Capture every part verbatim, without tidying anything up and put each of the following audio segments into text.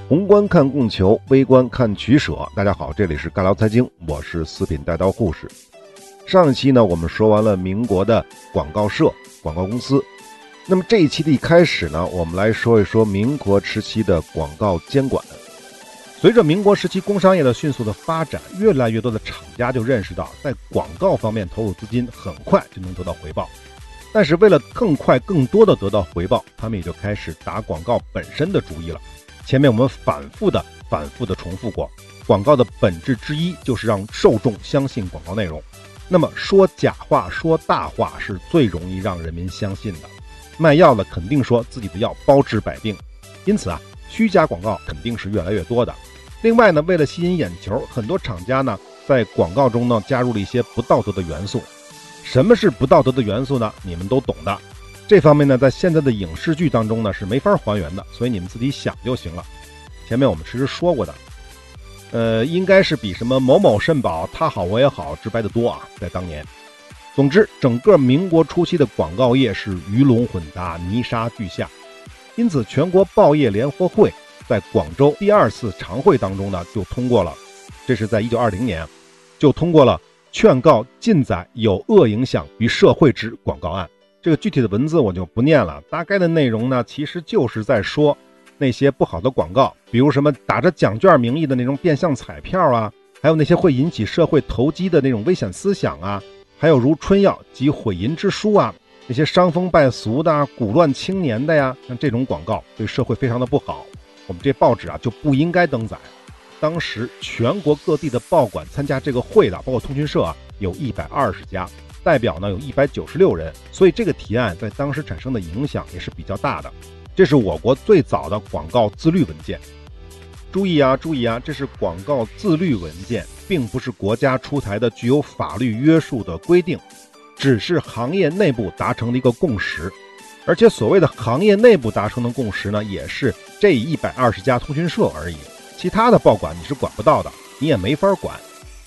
宏观看供求，微观看取舍。大家好，这里是尬聊财经，我是四品带刀护士。上一期呢，我们说完了民国的广告社、广告公司。那么这一期的一开始呢，我们来说一说民国时期的广告监管。随着民国时期工商业的迅速的发展，越来越多的厂家就认识到，在广告方面投入资金很快就能得到回报。但是为了更快更多的得到回报，他们也就开始打广告本身的主意了。前面我们反复的反复的重复过，广告的本质之一就是让受众相信广告内容。那么说假话说大话是最容易让人民相信的，卖药的肯定说自己的药包治百病，因此啊，虚假广告肯定是越来越多的。另外呢，为了吸引眼球，很多厂家呢在广告中呢加入了一些不道德的元素。什么是不道德的元素呢？你们都懂的。这方面呢，在现在的影视剧当中呢是没法还原的，所以你们自己想就行了。前面我们其实说过的，呃，应该是比什么某某肾宝他好我也好直白的多啊，在当年。总之，整个民国初期的广告业是鱼龙混杂，泥沙俱下。因此，全国报业联合会在广州第二次常会当中呢，就通过了，这是在一九二零年，就通过了劝告禁载有恶影响于社会之广告案。这个具体的文字我就不念了，大概的内容呢，其实就是在说那些不好的广告，比如什么打着奖券名义的那种变相彩票啊，还有那些会引起社会投机的那种危险思想啊，还有如春药及毁淫之书啊，那些伤风败俗的、蛊乱青年的呀，像这种广告对社会非常的不好，我们这报纸啊就不应该登载。当时全国各地的报馆参加这个会的，包括通讯社啊，有一百二十家，代表呢有一百九十六人，所以这个提案在当时产生的影响也是比较大的。这是我国最早的广告自律文件。注意啊，注意啊，这是广告自律文件，并不是国家出台的具有法律约束的规定，只是行业内部达成的一个共识。而且所谓的行业内部达成的共识呢，也是这一百二十家通讯社而已，其他的报馆你是管不到的，你也没法管。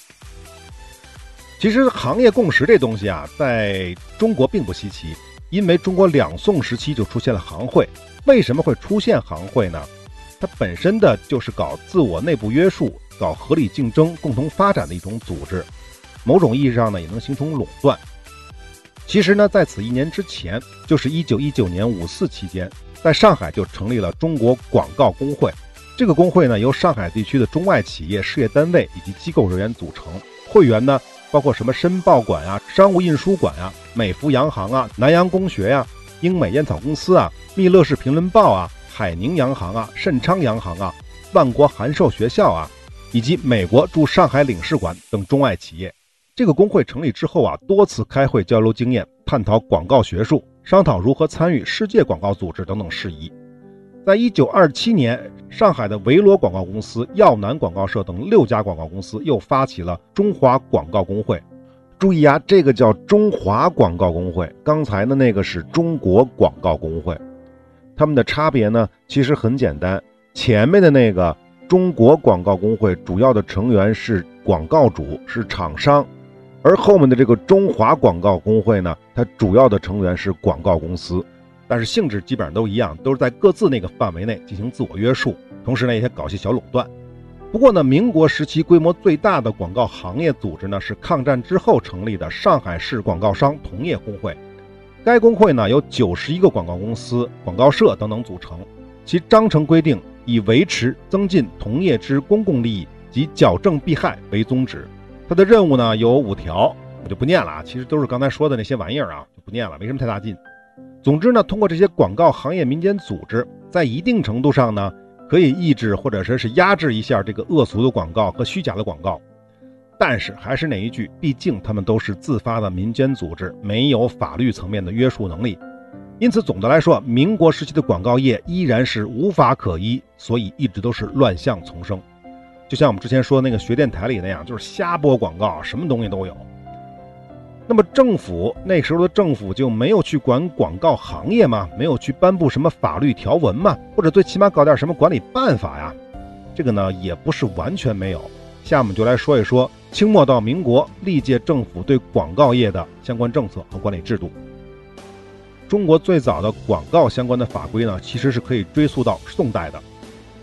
其实行业共识这东西啊，在中国并不稀奇，因为中国两宋时期就出现了行会。为什么会出现行会呢？它本身的就是搞自我内部约束、搞合理竞争、共同发展的一种组织，某种意义上呢，也能形成垄断。其实呢，在此一年之前，就是一九一九年五四期间，在上海就成立了中国广告工会。这个工会呢，由上海地区的中外企业、事业单位以及机构人员组成。会员呢，包括什么申报馆啊、商务印书馆啊、美孚洋行啊、南洋公学啊、英美烟草公司啊、密勒氏评论报啊、海宁洋行啊、盛昌洋行啊、万国函授学校啊，以及美国驻上海领事馆等中外企业。这个工会成立之后啊，多次开会交流经验，探讨广告学术，商讨如何参与世界广告组织等等事宜。在一九二七年，上海的维罗广告公司、耀南广告社等六家广告公司又发起了中华广告工会。注意啊，这个叫中华广告工会，刚才的那个是中国广告工会。他们的差别呢，其实很简单。前面的那个中国广告工会主要的成员是广告主，是厂商，而后面的这个中华广告工会呢，它主要的成员是广告公司。但是性质基本上都一样，都是在各自那个范围内进行自我约束，同时呢也搞些小垄断。不过呢，民国时期规模最大的广告行业组织呢，是抗战之后成立的上海市广告商同业工会。该工会呢由九十一个广告公司、广告社等等组成，其章程规定以维持、增进同业之公共利益及矫正弊害为宗旨。它的任务呢有五条，我就不念了啊，其实都是刚才说的那些玩意儿啊，就不念了，没什么太大劲。总之呢，通过这些广告行业民间组织，在一定程度上呢，可以抑制或者说是压制一下这个恶俗的广告和虚假的广告。但是还是那一句，毕竟他们都是自发的民间组织，没有法律层面的约束能力。因此总的来说，民国时期的广告业依然是无法可依，所以一直都是乱象丛生。就像我们之前说的那个学电台里那样，就是瞎播广告，什么东西都有。那么政府那时候的政府就没有去管广告行业吗？没有去颁布什么法律条文吗？或者最起码搞点什么管理办法呀？这个呢也不是完全没有。下面我们就来说一说清末到民国历届政府对广告业的相关政策和管理制度。中国最早的广告相关的法规呢，其实是可以追溯到宋代的。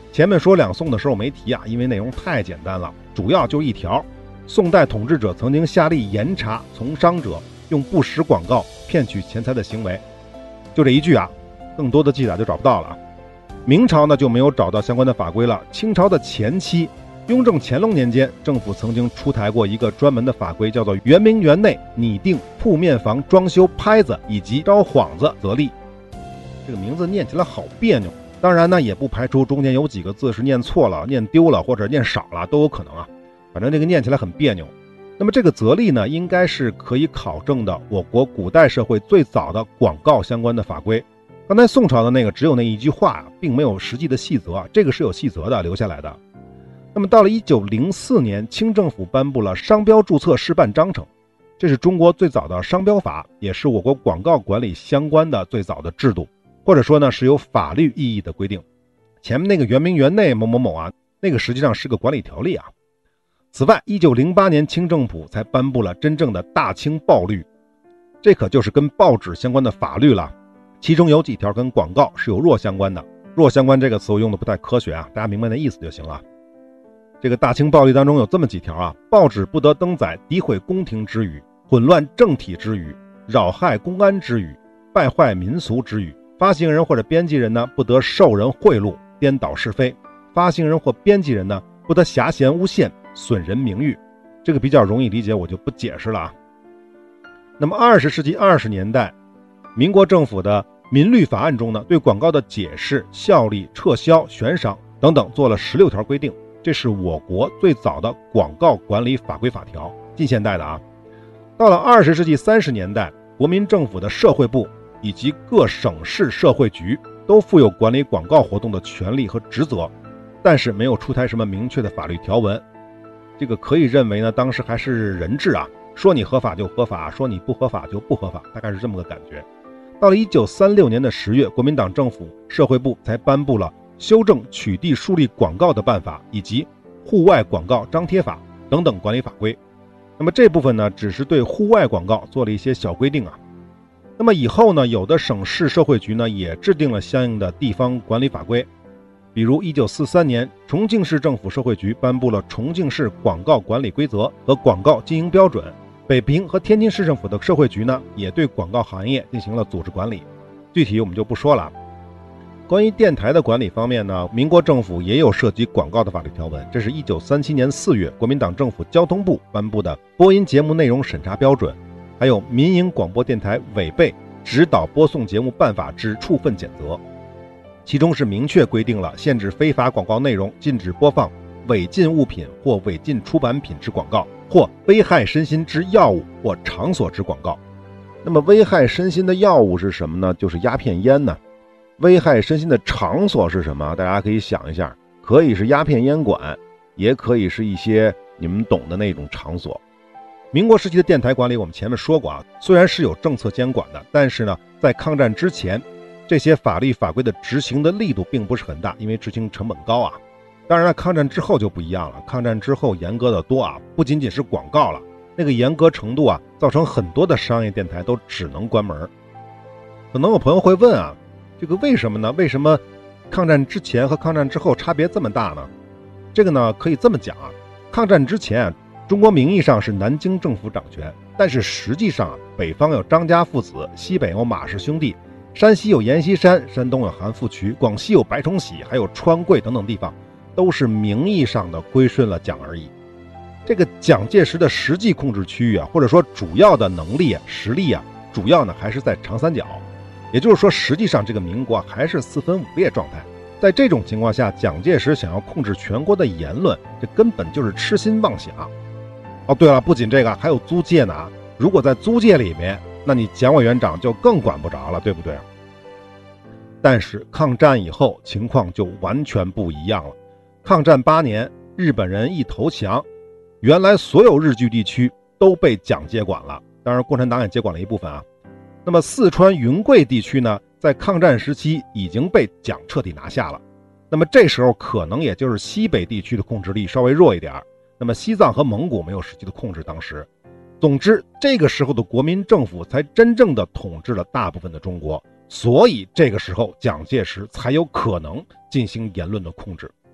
前面说两宋的时候没提啊，因为内容太简单了，主要就一条：宋代统治者曾经下令严查从商者用不实广告骗取钱财的行为，就这一句啊，更多的记载就找不到了。明朝呢就没有找到相关的法规了。清朝的前期，雍正、乾隆年间，政府曾经出台过一个专门的法规，叫做《圆明园内拟定铺面房装修拍子以及招幌子则例》。这个名字念起来好别扭，当然呢，也不排除中间有几个字是念错了、念丢了或者念少了，都有可能啊。反正这个念起来很别扭。那么这个则例呢，应该是可以考证的我国古代社会最早的广告相关的法规。刚才宋朝的那个只有那一句话啊，并没有实际的细则，这个是有细则的留下来的。那么到了一九零四年，清政府颁布了商标注册试办章程，这是中国最早的商标法，也是我国广告管理相关的最早的制度，或者说呢是有法律意义的规定。前面那个圆明园内某某某啊，那个实际上是个管理条例啊。此外，一九零八年清政府才颁布了真正的大清报律，这可就是跟报纸相关的法律了。其中有几条跟广告是有弱相关的，弱相关这个词我用的不太科学啊，大家明白那意思就行了。这个大清报律当中有这么几条啊：报纸不得登载诋毁宫廷之语、混乱政体之语、扰害公安之语、败坏民俗之语。发行人或者编辑人呢，不得受人贿赂、颠倒是非；发行人或编辑人呢，不得瑕贤诬陷、损人名誉。这个比较容易理解，我就不解释了啊。那么二十世纪二十年代，民国政府的民律法案中呢，对广告的解释、效力、撤销、悬赏等等做了十六条规定，这是我国最早的广告管理法规法条，近现代的啊。到了二十世纪三十年代，国民政府的社会部以及各省市社会局都负有管理广告活动的权利和职责，但是没有出台什么明确的法律条文。这个可以认为呢，当时还是人治啊，说你合法就合法，说你不合法就不合法，大概是这么个感觉。到了一九三六年的十月，国民党政府社会部才颁布了修正取缔树立广告的办法以及户外广告张贴法等等管理法规。那么这部分呢，只是对户外广告做了一些小规定啊。那么以后呢，有的省市社会局呢也制定了相应的地方管理法规，比如一九四三年，重庆市政府社会局颁布了重庆市广告管理规则和广告经营标准。北平和天津市政府的社会局呢，也对广告行业进行了组织管理，具体我们就不说了。关于电台的管理方面呢，民国政府也有涉及广告的法律条文，这是一九三七年四月，国民党政府交通部颁布的播音节目内容审查标准，还有民营广播电台违背指导播送节目办法之处分检责，其中是明确规定了限制非法广告内容，禁止播放违禁物品或违禁出版品之广告，或危害身心之药物或场所之广告。那么危害身心的药物是什么呢？就是鸦片烟呢。危害身心的场所是什么？大家可以想一下，可以是鸦片烟馆，也可以是一些你们懂的那种场所。民国时期的电台管理我们前面说过啊，虽然是有政策监管的，但是呢，在抗战之前，这些法律法规的执行的力度并不是很大，因为执行成本高啊。当然了，抗战之后就不一样了，抗战之后严格的多啊，不仅仅是广告了，那个严格程度啊，造成很多的商业电台都只能关门。可能有朋友会问啊，这个为什么呢？为什么抗战之前和抗战之后差别这么大呢？这个呢，可以这么讲啊，抗战之前啊，中国名义上是南京政府掌权，但是实际上啊，北方有张家父子，西北有马氏兄弟，山西有阎锡山，山东有韩复渠，广西有白崇禧，还有川贵等等地方，都是名义上的归顺了蒋而已。这个蒋介石的实际控制区域啊，或者说主要的能力啊、实力啊，主要呢还是在长三角。也就是说，实际上这个民国还是四分五裂状态。在这种情况下，蒋介石想要控制全国的言论，这根本就是痴心妄想。哦，对了，不仅这个，还有租界呢。如果在租界里面，那你蒋委员长就更管不着了，对不对？但是抗战以后，情况就完全不一样了。抗战八年，日本人一投降，原来所有日据地区都被蒋接管了，当然共产党也接管了一部分啊。那么四川云贵地区呢，在抗战时期已经被蒋彻底拿下了。那么这时候可能也就是西北地区的控制力稍微弱一点，那么西藏和蒙古没有实际的控制。当时，总之这个时候的国民政府才真正的统治了大部分的中国，所以这个时候蒋介石才有可能进行言论的控制。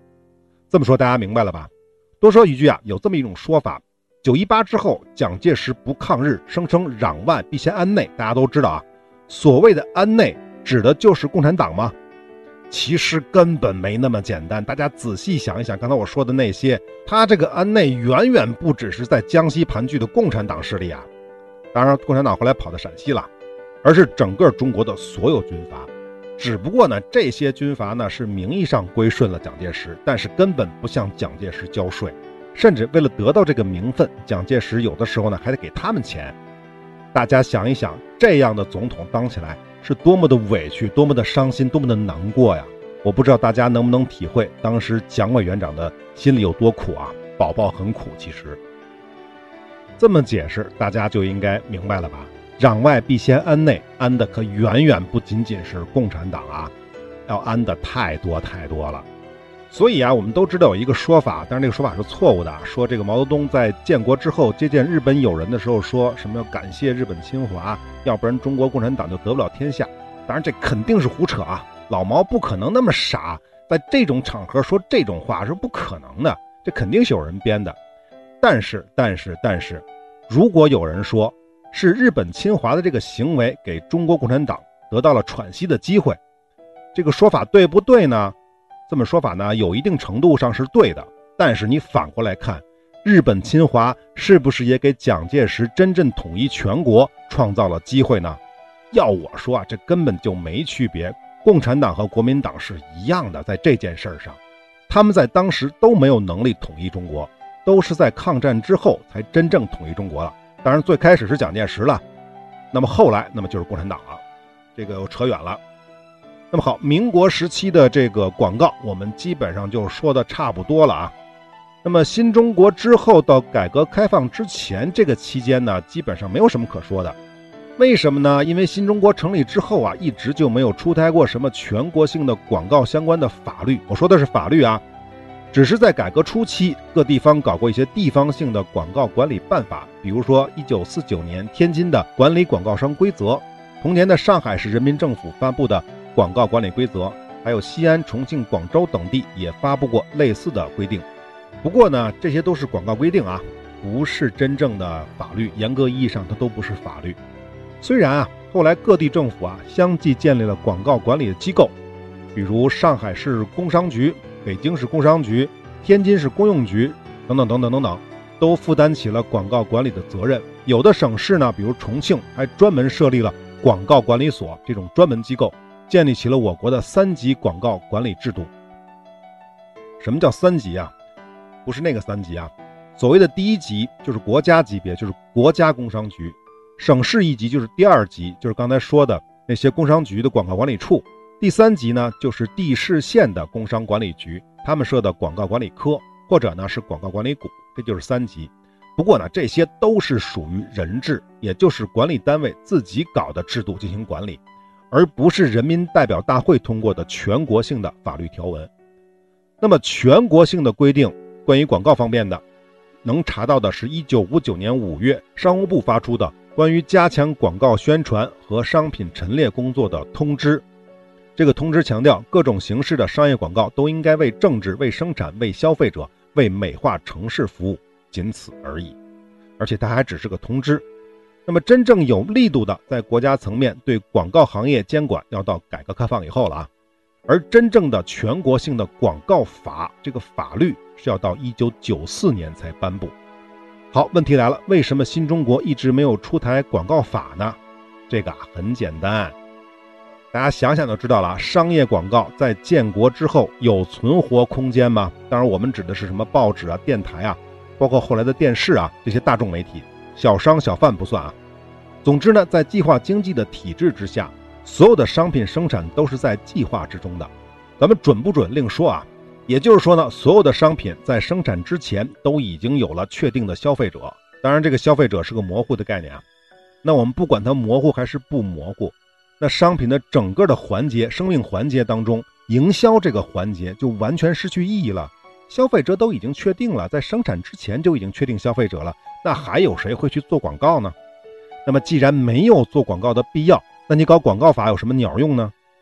这么说大家明白了吧？多说一句啊，有这么一种说法，九一八之后蒋介石不抗日，声称攘外必先安内，大家都知道啊，所谓的安内指的就是共产党吗？其实根本没那么简单，大家仔细想一想刚才我说的那些，他这个安内远远不只是在江西盘踞的共产党势力啊，当然共产党后来跑到陕西了，而是整个中国的所有军阀。只不过呢，这些军阀呢是名义上归顺了蒋介石，但是根本不向蒋介石交税，甚至为了得到这个名分，蒋介石有的时候呢还得给他们钱。大家想一想，这样的总统当起来是多么的委屈，多么的伤心，多么的难过呀！我不知道大家能不能体会当时蒋委员长的心里有多苦啊，宝宝很苦。其实这么解释大家就应该明白了吧？攘外必先安内，安的可远远不仅仅是共产党啊，要安的太多太多了。所以啊，我们都知道有一个说法，但是这个说法是错误的，说这个毛泽东在建国之后接见日本友人的时候说什么要感谢日本侵华，要不然中国共产党就得不了天下。当然这肯定是胡扯啊，老毛不可能那么傻，在这种场合说这种话是不可能的，这肯定是有人编的。但是但是但是如果有人说是日本侵华的这个行为给中国共产党得到了喘息的机会，这个说法对不对呢？这么说法呢，有一定程度上是对的，但是你反过来看，日本侵华是不是也给蒋介石真正统一全国创造了机会呢？要我说啊，这根本就没区别，共产党和国民党是一样的，在这件事上，他们在当时都没有能力统一中国，都是在抗战之后才真正统一中国了。当然最开始是蒋介石了，那么后来那么就是共产党了，这个又扯远了。那么好，民国时期的这个广告我们基本上就说的差不多了啊。那么新中国之后到改革开放之前这个期间呢，基本上没有什么可说的。为什么呢？因为新中国成立之后啊，一直就没有出台过什么全国性的广告相关的法律，我说的是法律啊，只是在改革初期各地方搞过一些地方性的广告管理办法，比如说一九四九年天津的管理广告商规则，同年的上海市人民政府发布的广告管理规则，还有西安、重庆、广州等地也发布过类似的规定。不过呢，这些都是广告规定啊，不是真正的法律，严格意义上它都不是法律。虽然啊，后来各地政府啊相继建立了广告管理的机构，比如上海市工商局、北京市工商局、天津市公用局等等等等等等，都负担起了广告管理的责任。有的省市呢，比如重庆，还专门设立了广告管理所这种专门机构，建立起了我国的三级广告管理制度。什么叫三级啊？不是那个三级啊，所谓的第一级就是国家级别，就是国家工商局；省市一级就是第二级，就是刚才说的那些工商局的广告管理处；第三级呢，就是地市县的工商管理局，他们设的广告管理科，或者呢是广告管理股，这就是三级。不过呢，这些都是属于人治，也就是管理单位自己搞的制度进行管理，而不是人民代表大会通过的全国性的法律条文。那么全国性的规定关于广告方面的，能查到的是一九五九年五月商务部发出的关于加强广告宣传和商品陈列工作的通知。这个通知强调，各种形式的商业广告都应该为政治、为生产、为消费者、为美化城市服务，仅此而已。而且它还只是个通知。那么真正有力度的在国家层面对广告行业监管，要到改革开放以后了啊。而真正的全国性的广告法，这个法律是要到一九九四年才颁布。好，问题来了，为什么新中国一直没有出台广告法呢？这个啊很简单，大家想想就知道了。商业广告在建国之后有存活空间吗？当然我们指的是什么报纸啊、电台啊，包括后来的电视啊，这些大众媒体，小商小贩不算啊。总之呢，在计划经济的体制之下，所有的商品生产都是在计划之中的，咱们准不准另说啊。也就是说呢，所有的商品在生产之前都已经有了确定的消费者，当然这个消费者是个模糊的概念啊。那我们不管它模糊还是不模糊，那商品的整个的环节、生命环节当中，营销这个环节就完全失去意义了。消费者都已经确定了，在生产之前就已经确定消费者了，那还有谁会去做广告呢？那么既然没有做广告的必要，那你搞广告法有什么鸟用呢？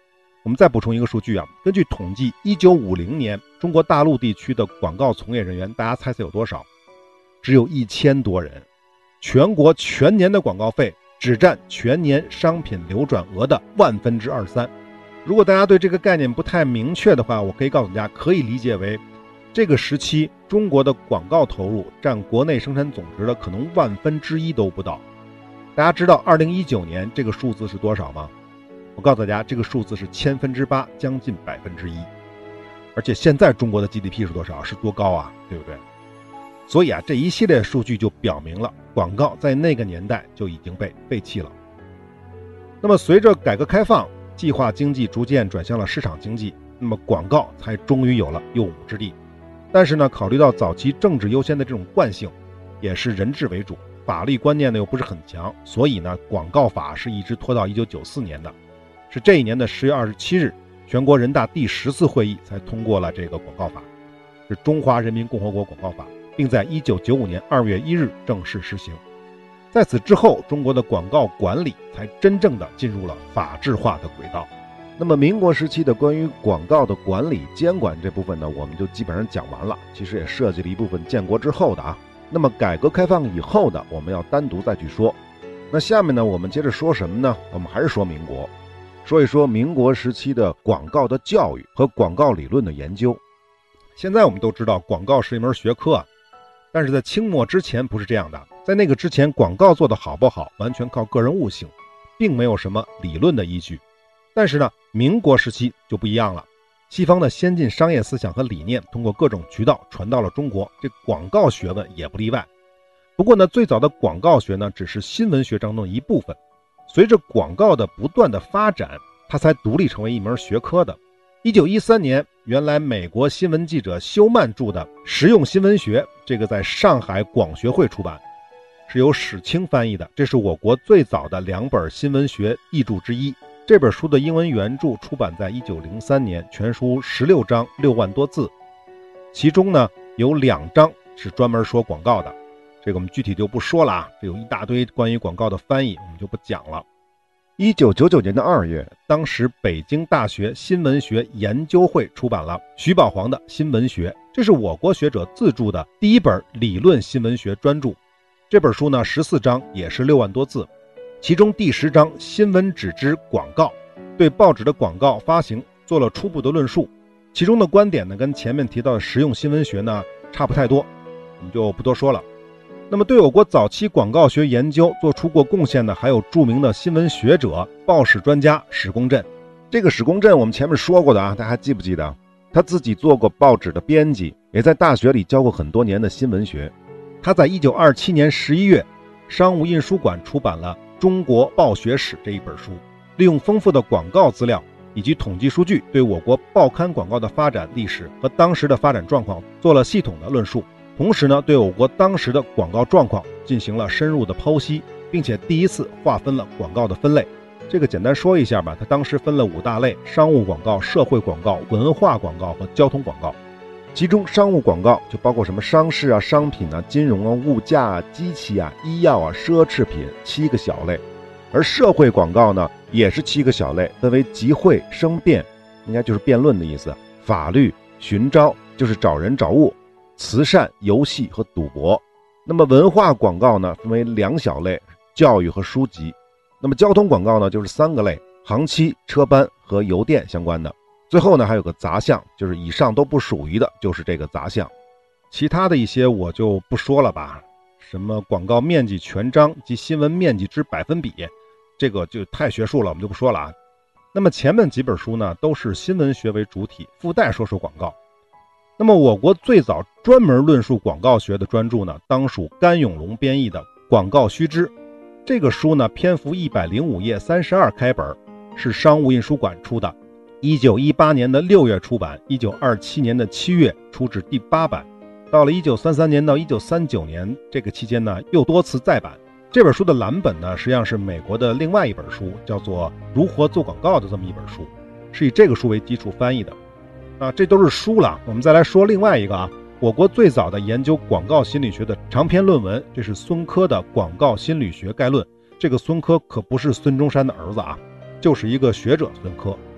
我们再补充一个数据啊，根据统计，一九五零年中国大陆地区的广告从业人员，大家猜猜有多少？只有一千多人。全国全年的广告费只占全年商品流转额的万分之二三。如果大家对这个概念不太明确的话，我可以告诉大家，可以理解为这个时期中国的广告投入占国内生产总值的可能万分之一都不到。大家知道二零一九年这个数字是多少吗？我告诉大家，这个数字是千分之八，将近百分之一。而且现在中国的 G D P 是多少？是多高啊，对不对？所以啊，这一系列数据就表明了广告在那个年代就已经被废弃了。那么随着改革开放，计划经济逐渐转向了市场经济，那么广告才终于有了用武之地。但是呢，考虑到早期政治优先的这种惯性，也是人治为主，法律观念呢又不是很强，所以呢，广告法是一直拖到一九九四年的。是这一年的十月二十七日，全国人大第十次会议才通过了这个广告法，是中华人民共和国广告法，并在一九九五年二月一日正式实行。在此之后，中国的广告管理才真正的进入了法治化的轨道。 那么民国时期的关于广告的管理监管这部分呢，我们就基本上讲完了，其实也涉及了一部分建国之后的啊。那么改革开放以后的，我们要单独再去说。那下面呢，我们接着说什么呢？我们还是说民国，说一说民国时期的广告的教育和广告理论的研究。 现在我们都知道广告是一门学科啊，但是在清末之前不是这样的。在那个之前，广告做得好不好完全靠个人悟性，并没有什么理论的依据。但是呢，民国时期就不一样了，西方的先进商业思想和理念通过各种渠道传到了中国，这广告学问也不例外。不过呢，最早的广告学呢只是新闻学当中的一部分，随着广告的不断的发展，它才独立成为一门学科的。一九一三年，原来美国新闻记者休曼著的《实用新闻学》，这个在上海广学会出版，是由史清翻译的，这是我国最早的两本新闻学译著之一。这本书的英文原著出版在一九零三年，全书十六章六万多字，其中呢有两章是专门说广告的，这个我们具体就不说了啊，这有一大堆关于广告的翻译，我们就不讲了。 一九九九年的二月， 当时北京大学新闻学研究会出版了徐宝煌的《新闻学》，这是我国学者自著的第一本理论新闻学专著。这本书呢十四章，也是六万多字，其中第十章新闻纸之广告，对报纸的广告发行做了初步的论述，其中的观点呢跟前面提到的实用新闻学呢差不太多，我们就不多说了。那么对我国早期广告学研究做出过贡献的还有著名的新闻学者、报史专家史公振。 这个史公振我们前面说过的啊，大家还记不记得？他自己做过报纸的编辑，也在大学里教过很多年的新闻学。 他在一九二七年十一月，商务印书馆出版了《中国报学史》这一本书，利用丰富的广告资料以及统计数据，对我国报刊广告的发展历史和当时的发展状况做了系统的论述。同时呢，对我国当时的广告状况进行了深入的剖析，并且第一次划分了广告的分类。这个简单说一下吧，它当时分了五大类：商务广告、社会广告、文化广告和交通广告。 其中商务广告就包括什么商事啊、商品啊、金融啊、物价啊、机器啊、医药啊、奢侈品七个小类。而社会广告呢，也是七个小类，分为集会、申辩，应该就是辩论的意思；法律、寻招，就是找人找物；慈善、游戏和赌博。那么文化广告呢，分为两小类，教育和书籍。那么交通广告呢，就是三个类，航期、车班和邮电相关的。最后呢，还有个杂项，就是以上都不属于的，就是这个杂项。 其他的一些我就不说了吧，什么广告面积全章及新闻面积之百分比，这个就太学术了，我们就不说了啊。那么前面几本书呢，都是新闻学为主体，附带说说广告。那么我国最早专门论述广告学的专著呢，当属甘永龙编译的《广告须知》。这个书呢，篇幅一百零五页，三十二开本，是商务印书馆出的。一九一八年的六月出版，一九二七年的七月出至第八版。到了一九三三年到一九三九年这个期间呢，又多次再版。这本书的蓝本呢，实际上是美国的另外一本书，叫做《如何做广告》的这么一本书，是以这个书为基础翻译的。啊，这都是书了。我们再来说另外一个啊，我国最早的研究广告心理学的长篇论文，这是孙科的《广告心理学概论》。这个孙科可不是孙中山的儿子啊，就是一个学者孙科。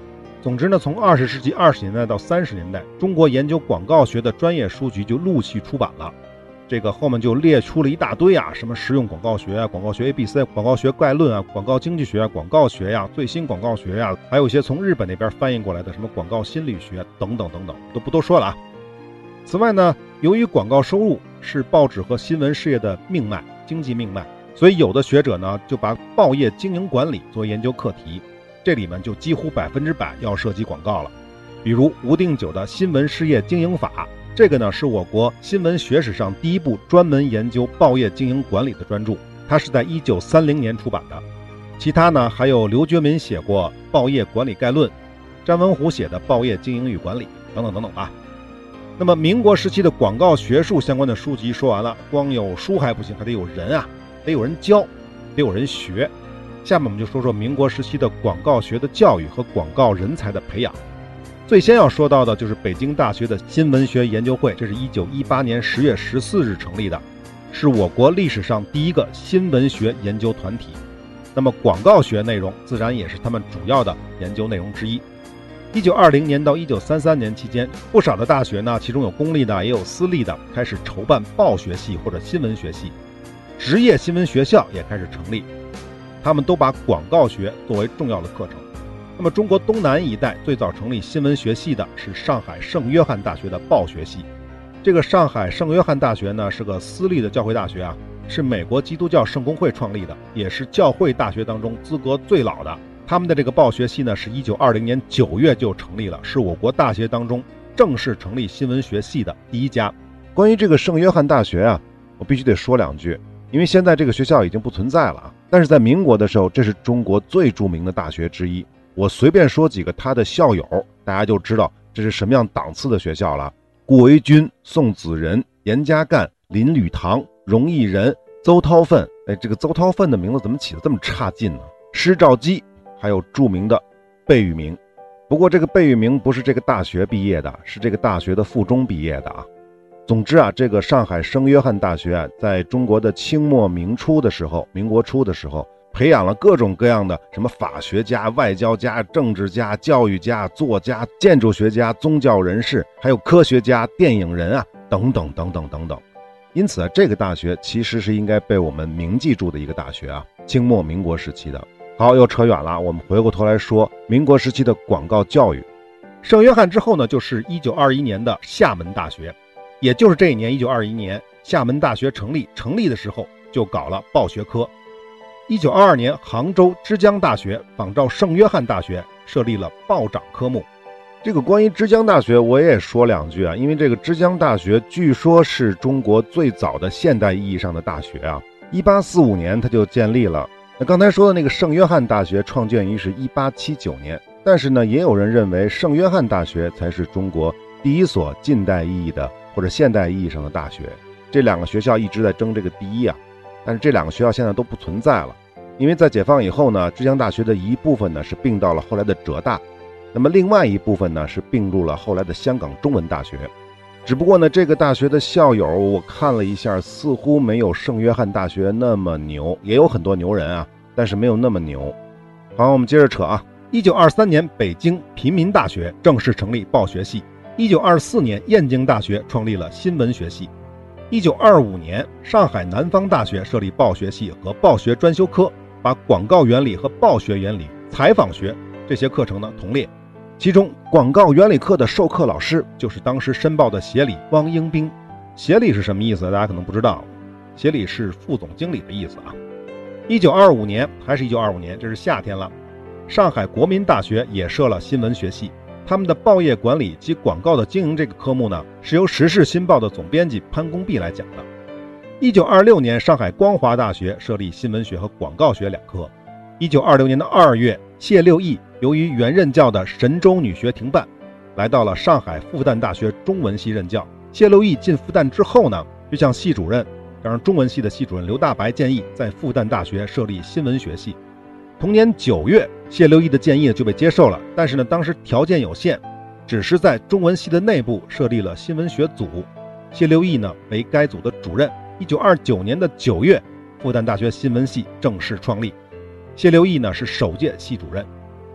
总之呢，从二十世纪二十年代到三十年代，中国研究广告学的专业书籍就陆续出版了。这个后面就列出了一大堆啊，什么实用广告学啊、广告学 A B C、广告学概论啊、广告经济学啊、广告学呀、啊、最新广告学呀、啊，还有一些从日本那边翻译过来的什么广告心理学等等等等，都不多说了啊。此外呢，由于广告收入是报纸和新闻事业的命脉、经济命脉，所以有的学者呢就把报业经营管理作为研究课题，这里面就几乎百分之百要涉及广告了。比如吴定久的新闻事业经营法，这个呢是我国新闻学史上第一部专门研究报业经营管理的专著，它是在一九三零年出版的。其他呢还有刘觉民写过《报业管理概论》，詹文虎写的《报业经营与管理》等等等等吧。那么民国时期的广告学术相关的书籍说完了，光有书还不行，还得有人啊，得有人教，得有人学。下面我们就说说民国时期的广告学的教育和广告人才的培养。最先要说到的就是北京大学的新闻学研究会，这是一九一八年十月十四日成立的，是我国历史上第一个新闻学研究团体。那么广告学内容自然也是他们主要的研究内容之一。一九二零年到一九三三年期间，不少的大学呢，其中有公立的也有私立的，开始筹办报学系或者新闻学系，职业新闻学校也开始成立，他们都把广告学作为重要的课程。那么中国东南一带最早成立新闻学系的是上海圣约翰大学的报学系。这个上海圣约翰大学呢是个私立的教会大学啊，是美国基督教圣公会创立的，也是教会大学当中资格最老的。他们的这个报学系呢是一九二零年九月就成立了，是我国大学当中正式成立新闻学系的第一家。 关于这个圣约翰大学啊，我必须得说两句，因为现在这个学校已经不存在了，但是在民国的时候，这是中国最著名的大学之一。我随便说几个他的校友，大家就知道这是什么样档次的学校了。顾维钧、宋子仁、严家淦、林履堂、荣毅仁、邹韬奋，哎，这个邹韬奋的名字怎么起得这么差劲呢？施肇基，还有著名的贝聿铭。不过这个贝聿铭不是这个大学毕业的，是这个大学的附中毕业的啊。总之啊，这个上海圣约翰大学啊，在中国的清末明初的时候，民国初的时候，培养了各种各样的什么法学家、外交家、政治家、教育家、作家、建筑学家、宗教人士，还有科学家、电影人啊，等等等等等等。因此啊，这个大学其实是应该被我们铭记住的一个大学啊，清末民国时期的。好，又扯远了，我们回过头来说民国时期的广告教育。 圣约翰之后呢，就是一九二一年的厦门大学，也就是这一年一九二一年，厦门大学成立，成立的时候就搞了报学科。一九二二年，杭州之江大学仿照圣约翰大学设立了报长科目。 这个关于之江大学我也说两句啊，因为这个之江大学据说是中国最早的现代意义上的大学啊，一八四五年它就建立了。那刚才说的那个圣约翰大学创建于是一八七九年，但是呢，也有人认为圣约翰大学才是中国第一所近代意义的或者现代意义上的大学。这两个学校一直在争这个第一啊，但是这两个学校现在都不存在了，因为在解放以后呢，之江大学的一部分呢是并到了后来的浙大，那么另外一部分呢是并入了后来的香港中文大学。只不过呢，这个大学的校友我看了一下，似乎没有圣约翰大学那么牛，也有很多牛人啊，但是没有那么牛。好，我们接着扯啊。 一九二三年，北京平民大学正式成立报学系。一九二四年，燕京大学创立了新闻学系。一九二五年，上海南方大学设立报学系和报学专修科，把广告原理和报学原理、采访学这些课程呢同列。其中广告原理课的授课老师就是当时申报的协理汪英兵。协理是什么意思？大家可能不知道，协理是副总经理的意思啊。一九二五年，还是一九二五年，这是夏天了，上海国民大学也设了新闻学系，他们的报业管理及广告的经营这个科目呢，是由时事新报的总编辑潘公弼来讲的。一九二六年，上海光华大学设立新闻学和广告学两科。一九二六年的二月，谢六义由于原任教的神州女学停办，来到了上海复旦大学中文系任教。谢六义进复旦之后呢，就向系主任，让中文系的系主任刘大白建议在复旦大学设立新闻学系。同年九月，谢六义的建议就被接受了，但是呢，当时条件有限，只是在中文系的内部设立了新闻学组，谢六义呢为该组的主任。一九二九年的九月，复旦大学新闻系正式创立，谢六义呢是首届系主任。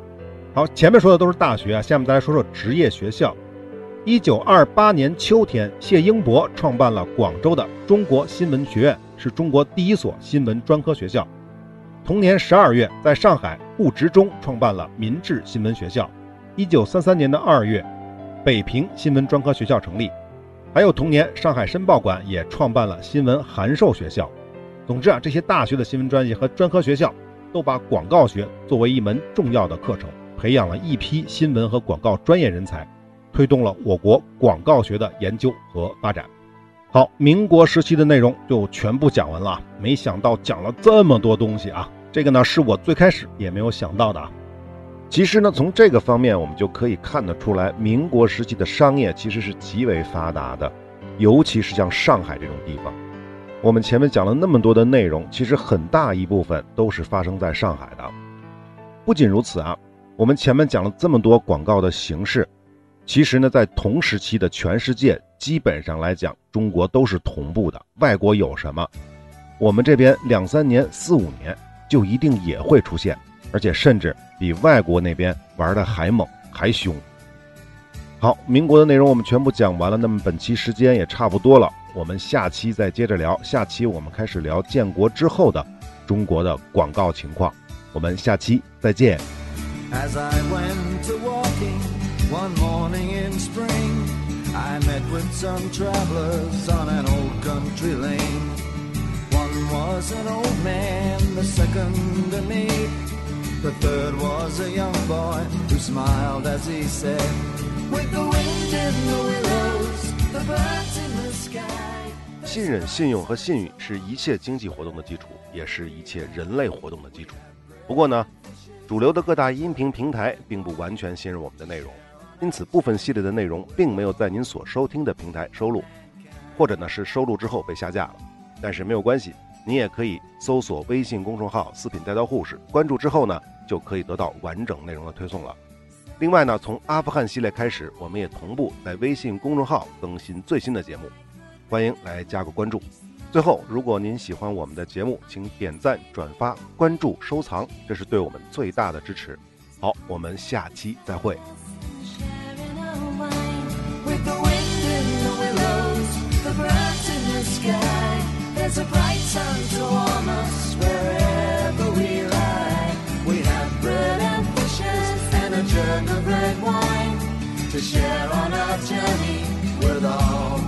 好，前面说的都是大学啊，下面再来说说职业学校。一九二八年秋天，谢英伯创办了广州的中国新闻学院，是中国第一所新闻专科学校。同年十二月，在上海顾执中创办了民治新闻学校。一九三三年的二月，北平新闻专科学校成立。还有同年，上海申报馆也创办了新闻函授学校。总之啊，这些大学的新闻专业和专科学校都把广告学作为一门重要的课程，培养了一批新闻和广告专业人才，推动了我国广告学的研究和发展。好，民国时期的内容就全部讲完了，没想到讲了这么多东西啊，这个呢是我最开始也没有想到的啊。 其实呢，从这个方面我们就可以看得出来，民国时期的商业其实是极为发达的，尤其是像上海这种地方。我们前面讲了那么多的内容，其实很大一部分都是发生在上海的。不仅如此啊，我们前面讲了这么多广告的形式，其实呢，在同时期的全世界基本上来讲，中国都是同步的。外国有什么，我们这边两三年、四五年就一定也会出现，而且甚至比外国那边玩的还猛还凶。好，民国的内容我们全部讲完了，那么本期时间也差不多了，我们下期再接着聊。下期我们开始聊建国之后的中国的广告情况，我们下期再见。 As I went to walking one morning in spring, I met with some travelers on an old country lane. One was an old man, the second a maid, the third was a young boy who smiled as he said, With the wind in the willows, the birds in the sky. 信任、信用和信誉是一切经济活动的基础，也是一切人类活动的基础。不过呢，主流的各大音频平台并不完全信任我们的内容，因此部分系列的内容并没有在您所收听的平台收录，或者呢是收录之后被下架了。但是没有关系，您也可以搜索微信公众号四品带刀护士，关注之后呢就可以得到完整内容的推送了。另外呢，从阿富汗系列开始，我们也同步在微信公众号更新最新的节目，欢迎来加个关注。最后，如果您喜欢我们的节目，请点赞、转发、关注、收藏，这是对我们最大的支持。好，我们下期再会。 Jug of red wine to share on our journey with all